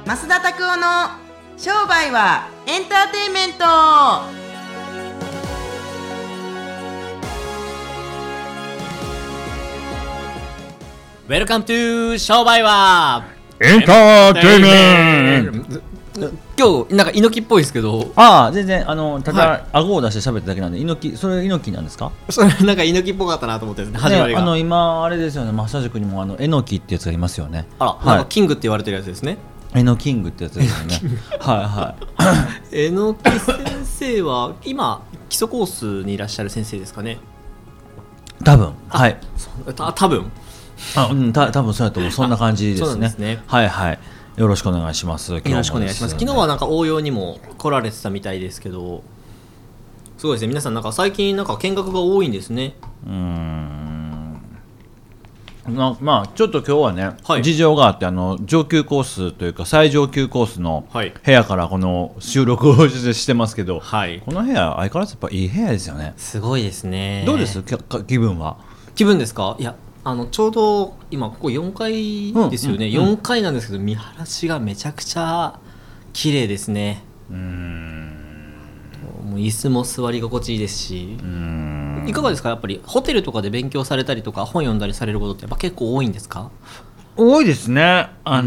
増田拓夫の商売はエンターテインメント。 ウェルカムトゥ商売はエンターテイメント。 今日なんか猪木っぽいですけど、 全然ただ、顎を出して喋っただけなんで、それ猪木なんですか？ それなんか猪木っぽかったなと思ってですね、始まりが、 今あれですよね、マッサージ君にも猪木ってやつがいますよね。 なんかキングって言われてるやつですね。 猪木キングってやつですよね。 猪木先生は今基礎コースにいらっしゃる先生ですかね？ 多分多分多分そうやと思う。そんな感じですね。 そうなんですね。 よろしくお願いします。 よろしくお願いします。昨日はなんか応用にも来られてたみたいですけど、すごいですね。皆さんなんか最近なんか見学が多いんですね。 ちょっと今日はね、事情があって上級コースというか最上級コースの部屋からこの収録をしてますけど、この部屋相変わらずやっぱいい部屋ですよね。 すごいですね。 どうです気分は？ 気分ですか？いやちょうど今ここ4階ですよね。4階なんですけど見晴らしがめちゃくちゃ綺麗ですね。もう椅子も座り心地いいですし、いかがですか？やっぱりホテルとかで勉強されたりとか本読んだりされることってやっぱ結構多いんですか？ 多いですね。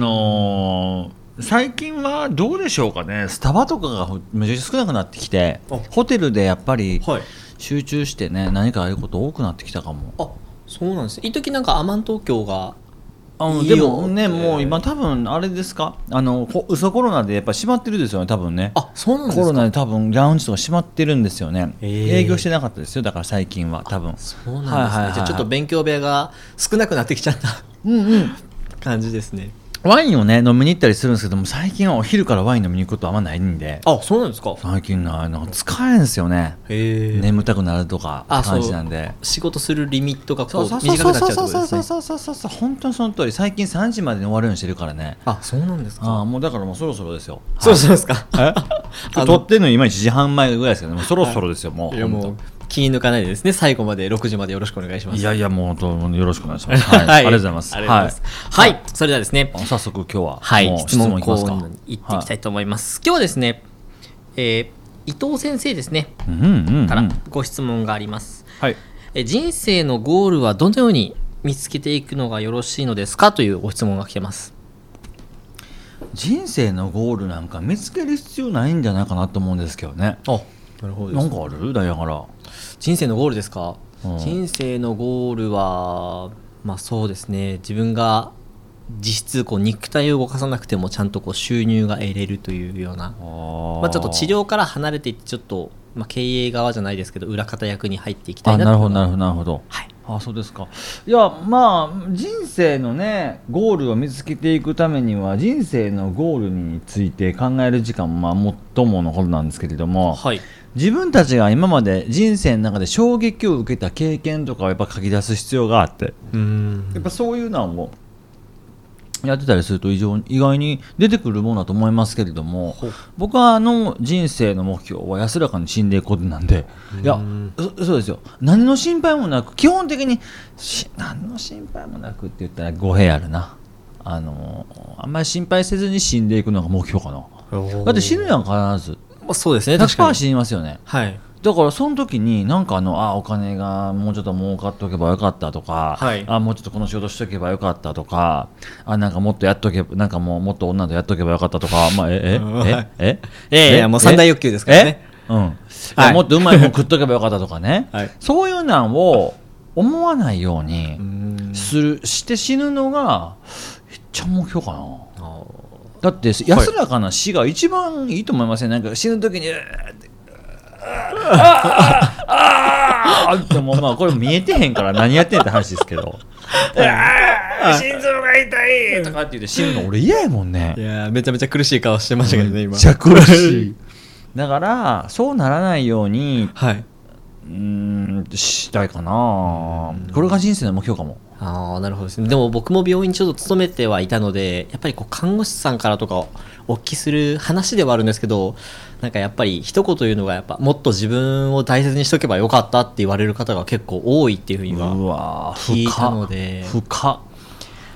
最近はどうでしょうかね。スタバとかがめちゃくちゃ少なくなってきて、ホテルでやっぱり集中してね、何かやること多くなってきたかも。 そうなんです。一時なんかアマン東京がでもね、もう今多分あれですか、嘘コロナでやっぱ閉まってるですよね、多分ね。 そうなんですか。 コロナで多分ラウンジとか閉まってるんですよね。営業してなかったですよ、だから最近は多分。 そうなんですね。じゃあちょっと勉強部屋が少なくなってきちゃった感じですね。 ワインをね飲みに行ったりするんですけども、最近はお昼からワイン飲みに行くことはあんまないんで。 そうなんですか。 最近疲れるんですよね。眠たくなるとか感じなんで、 仕事するリミットがこう短くなっちゃうってことですね。 そう本当にその通り。最近3時までに終わるようにしてるからね。 そうなんですか。 もうだからもうそろそろですよ。 そろそろですか。 撮ってるの今1時半前ぐらいですけど、もうそろそろですよ。もう気抜かないでですね、最後まで6時までよろしくお願いします。 いやもうよろしくお願いします。ありがとうございます。 それではですね、 早速今日は質問コーナーに行っていきたいと思います。今日はですね、伊藤先生ですね、からご質問があります。人生のゴールはどのように見つけていくのがよろしいのですかというご質問が来てます。 人生のゴールなんか見つける必要ないんじゃないかなと思うんですけどね。 なるほど。 なんかある？だから人生のゴールですか？人生のゴールはそうですね、自分が実質肉体を動かさなくてもちゃんと収入が得れるというような、ちょっと治療から離れていってちょっと、経営側じゃないですけど裏方役に入っていきたいなと。 なるほど。そうですか。いや人生のねゴールを見つけていくためには、人生のゴールについて考える時間も最ものことなんですけれども、自分たちが今まで人生の中で衝撃を受けた経験とかをやっぱ書き出す必要があって、やっぱそういうのもやってたりすると意外に出てくるものだと思いますけれども、僕は人生の目標は安らかに死んでいくことなんで、そうですよ。何の心配もなく、基本的に何の心配もなくって言ったら語弊あるな。あんまり心配せずに死んでいくのが目標かな。だって死ぬやん必ず。 そうですね。 確かに死にますよね。 だからその時にお金がもうちょっと儲かっとけばよかったとか、もうちょっとこの仕事しとけばよかったとか、もっとやっとけばもっと女とやっとけばよかったとか、もう三大欲求ですからね。 もっとうまいもん食っとけばよかったとかね、そういうのを思わないようにして死ぬのがめっちゃ目標かな。だって安らかな死が一番いいと思いません？なんか死ぬ時にでもこれ見えてへんから何やってんって話ですけど心臓が痛いとかって言って死ぬの俺嫌やもんね。 いやめちゃめちゃ苦しい顔してましたけどね。今めちゃ苦しい。だからそうならないようにしたいかな。これが人生の目標かも。 なるほどですね。でも僕も病院にちょっと勤めてはいたので、やっぱり看護師さんからとかお聞きする話ではあるんですけど、なんかやっぱり一言言うのがもっと自分を大切にしとけばよかったって言われる方が結構多いっていうふうには聞いたので、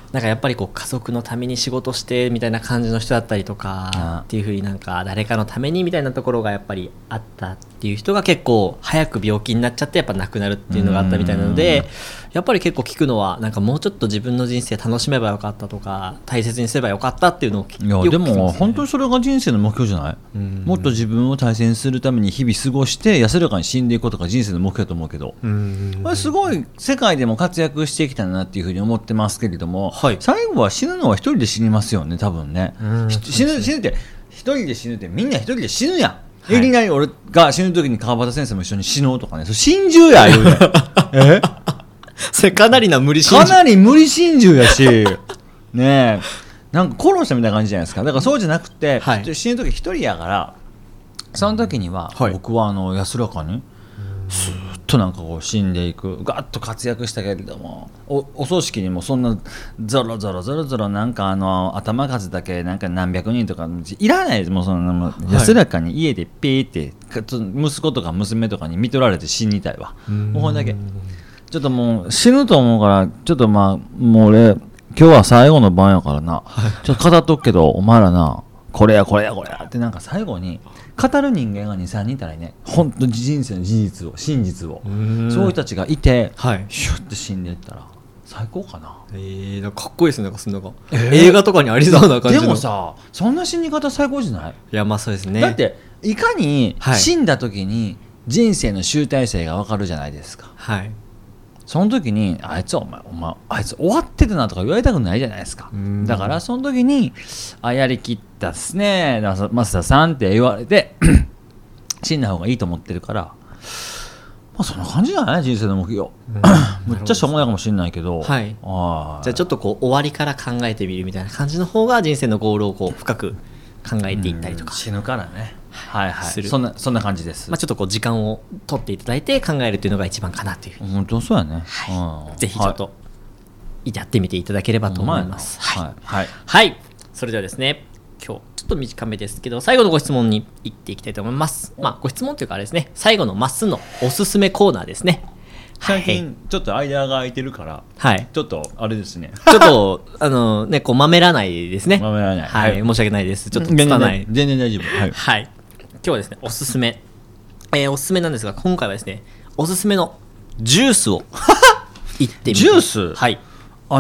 なんかやっぱりこう家族のために仕事してみたいな感じの人だったりとかっていう風になんか誰かのためにみたいなところがやっぱりあったっていう人が結構早く病気になっちゃってやっぱ亡くなるっていうのがあったみたいなので、やっぱり結構聞くのはなんかもうちょっと自分の人生楽しめばよかったとか大切にすればよかったっていうのをいやでも本当にそれが人生の目標じゃない？もっと自分を大切にするために日々過ごして安らかに死んでいくことが人生の目標だと思うけど、これすごい世界でも活躍してきたなっていうふうに思ってますけれども、はい、最後は死ぬのは一人で死にますよね多分ね。死ぬって一人で死ぬってみんな一人で死ぬやん。いきなり俺が死ぬ時に川端先生も一緒に死のうとかね、それ心中や言うねそれかなりな無理心中、 かなり無理心中やしねえなんか殺したみたいな感じじゃないですか。だからそうじゃなくて、はい、死ぬ時一人やからその時には、はい、僕は安らかにスーッとなんかこう死んでいく、ガッと活躍したけれども お葬式にもそんなゾロゾロなんか頭数だけなんか何百人とかいらないです。もうその安らかに家でピーって息子とか娘とかに見取られて死にたいわ。もうこれだけちょっともう死ぬと思うからちょっとまあもう俺今日は最後の晩やからなちょっと語っとくけどお前らなこれやってなんか最後に語る人間が 2,3 人いたらね本当に人生の真実をそういう人たちがいて、はい、シュッて死んでいったら最高かな。 かっこいいですね。なんかそんな映画とかにありそうな感じの。 でもさそんな死に方最高じゃない？ いやまあそうですね。 だっていかに死んだ時に人生の集大成が分かるじゃないですか。はい。その時にあいつあいつ終わってたなとか言われたくないじゃないですか。だからその時にやりきったっすね増田さんって言われて死んだ方がいいと思ってるから、まあ、そんな感じじゃない人生の目標。むっちゃしょうもないかもしれないけど、はい、 じゃあちょっとこう終わりから考えてみるみたいな感じの方が人生のゴールをこう深く考えていったりとか、 死ぬからねはいはい、そんな感じです。 まあ、ちょっとこう時間を取っていただいて考えるというのが一番かなという。 本当そうやね、 はい、ぜひちょっとやってみていただければと思います。 はいはい、 はい、それではですね今日ちょっと短めですけど最後のご質問に行っていきたいと思います。まあ、ご質問というかあれですね、最後のまっすーのおすすめコーナーですね。 最近ちょっと間が空いてるから、はい、ちょっとあれですねちょっとねこうまめらないですね。 まめらない、 はい、申し訳ないです。ちょっとつたない。 全然大丈夫。はい、 はい、今日はですねおすすめ、おすすめなんですが今回はですねおすすめのジュースを言ってみてジュース、 はい、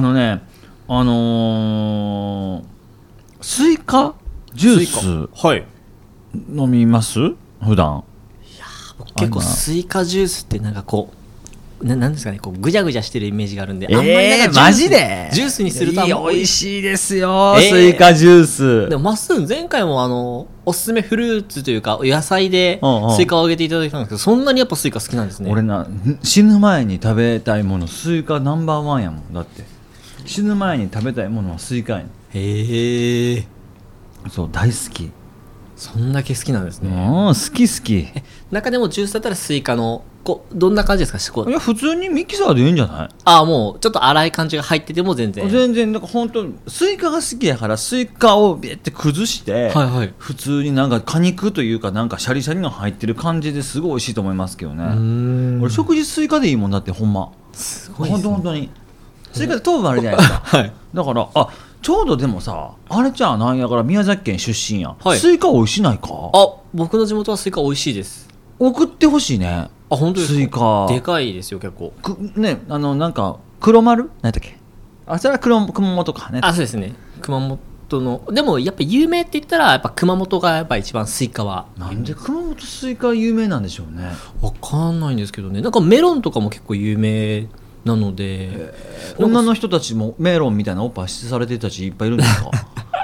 スイカジュース、はい、飲みます普段？ いや僕結構スイカジュースってなんかこうなんですかねこうぐじゃぐじゃしてるイメージがあるんで、あんまりなんかマジでジュースにすると美味しいですよ、スイカジュース。 でもまっすー前回もおすすめフルーツというか野菜でスイカをあげていただいたんですけど、そんなにやっぱスイカ好きなんですね。 俺死ぬ前に食べたいものスイカナンバーワンやもん。だって死ぬ前に食べたいものはスイカやん。 へえ、 そう大好き。 そんだけ好きなんですね。 好き。 中でもジュースだったらスイカのどんな感じですか？ いや普通にミキサーでいいんじゃない？ もうちょっと粗い感じが入ってても全然なんか本当スイカが好きやからスイカをビッて崩して、はいはい、普通になんか果肉というかなんかシャリシャリの入ってる感じですごい美味しいと思いますけどね。俺食事スイカでいいもんだってほんますごいですね。本当にスイカって糖分あるじゃないですか、はい、だからちょうどでもさあれじゃあなんやから宮崎県出身や、はい、スイカ美味しないか？ 僕の地元はスイカ美味しいです。 送ってほしいね。 本当ですか？ スイカでかいですよ結構ね。なんか黒丸何だっけ、それは熊本かね。 そうですね、熊本の。でもやっぱ有名って言ったらやっぱ熊本がやっぱ一番スイカは。 なんで熊本スイカ有名なんでしょうね。 わかんないんですけどね。なんかメロンとかも結構有名なので、 女の人たちもメロンみたいなおっぱいされてる人たちいっぱいいるんですか？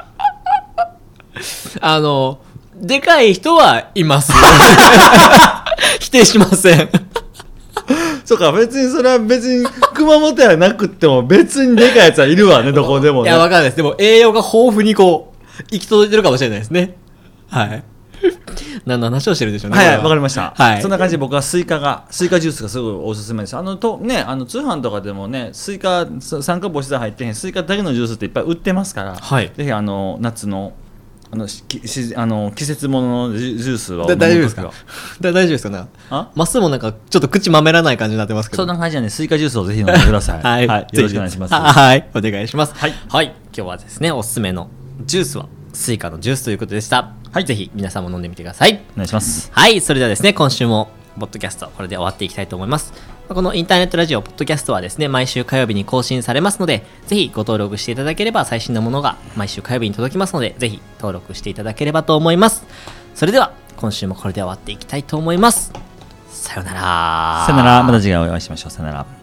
でかい人はいます否定しませんそうか、別にそれは別に熊本やなくっても別にでかいやつはいるわねどこでもね。 いやわかんないです。でも栄養が豊富にこう行き届いてるかもしれないですね。はい何の話をしてるでしょうね。 はい、わかりました、はい、そんな感じで僕はスイカジュースがすごいおすすめです。通販とかでもねスイカ酸化防止剤入ってへんスイカだけのジュースっていっぱい売ってますから、はい、ぜひ夏の季節物のジュースを大丈夫ですか大丈夫ですかね。まっすぐもなんかちょっと口まめらない感じになってますけど、 そんな感じなんでスイカジュースをぜひ飲んでください。 はい、 はい、よろしくお願いします。 はい、お願いします。 はい、 はい、今日はですねおすすめのジュースはスイカのジュースということでした。はい、ぜひ皆さんも飲んでみてください。 お願いします。 はい、それではですね今週もポッドキャストこれで終わっていきたいと思います。このインターネットラジオポッドキャストはですね毎週火曜日に更新されますので、ぜひご登録していただければ最新のものが毎週火曜日に届きますので、ぜひ登録していただければと思います。それでは今週もこれで終わっていきたいと思います。さよなら。 さよなら。また次回お会いしましょう。さよなら。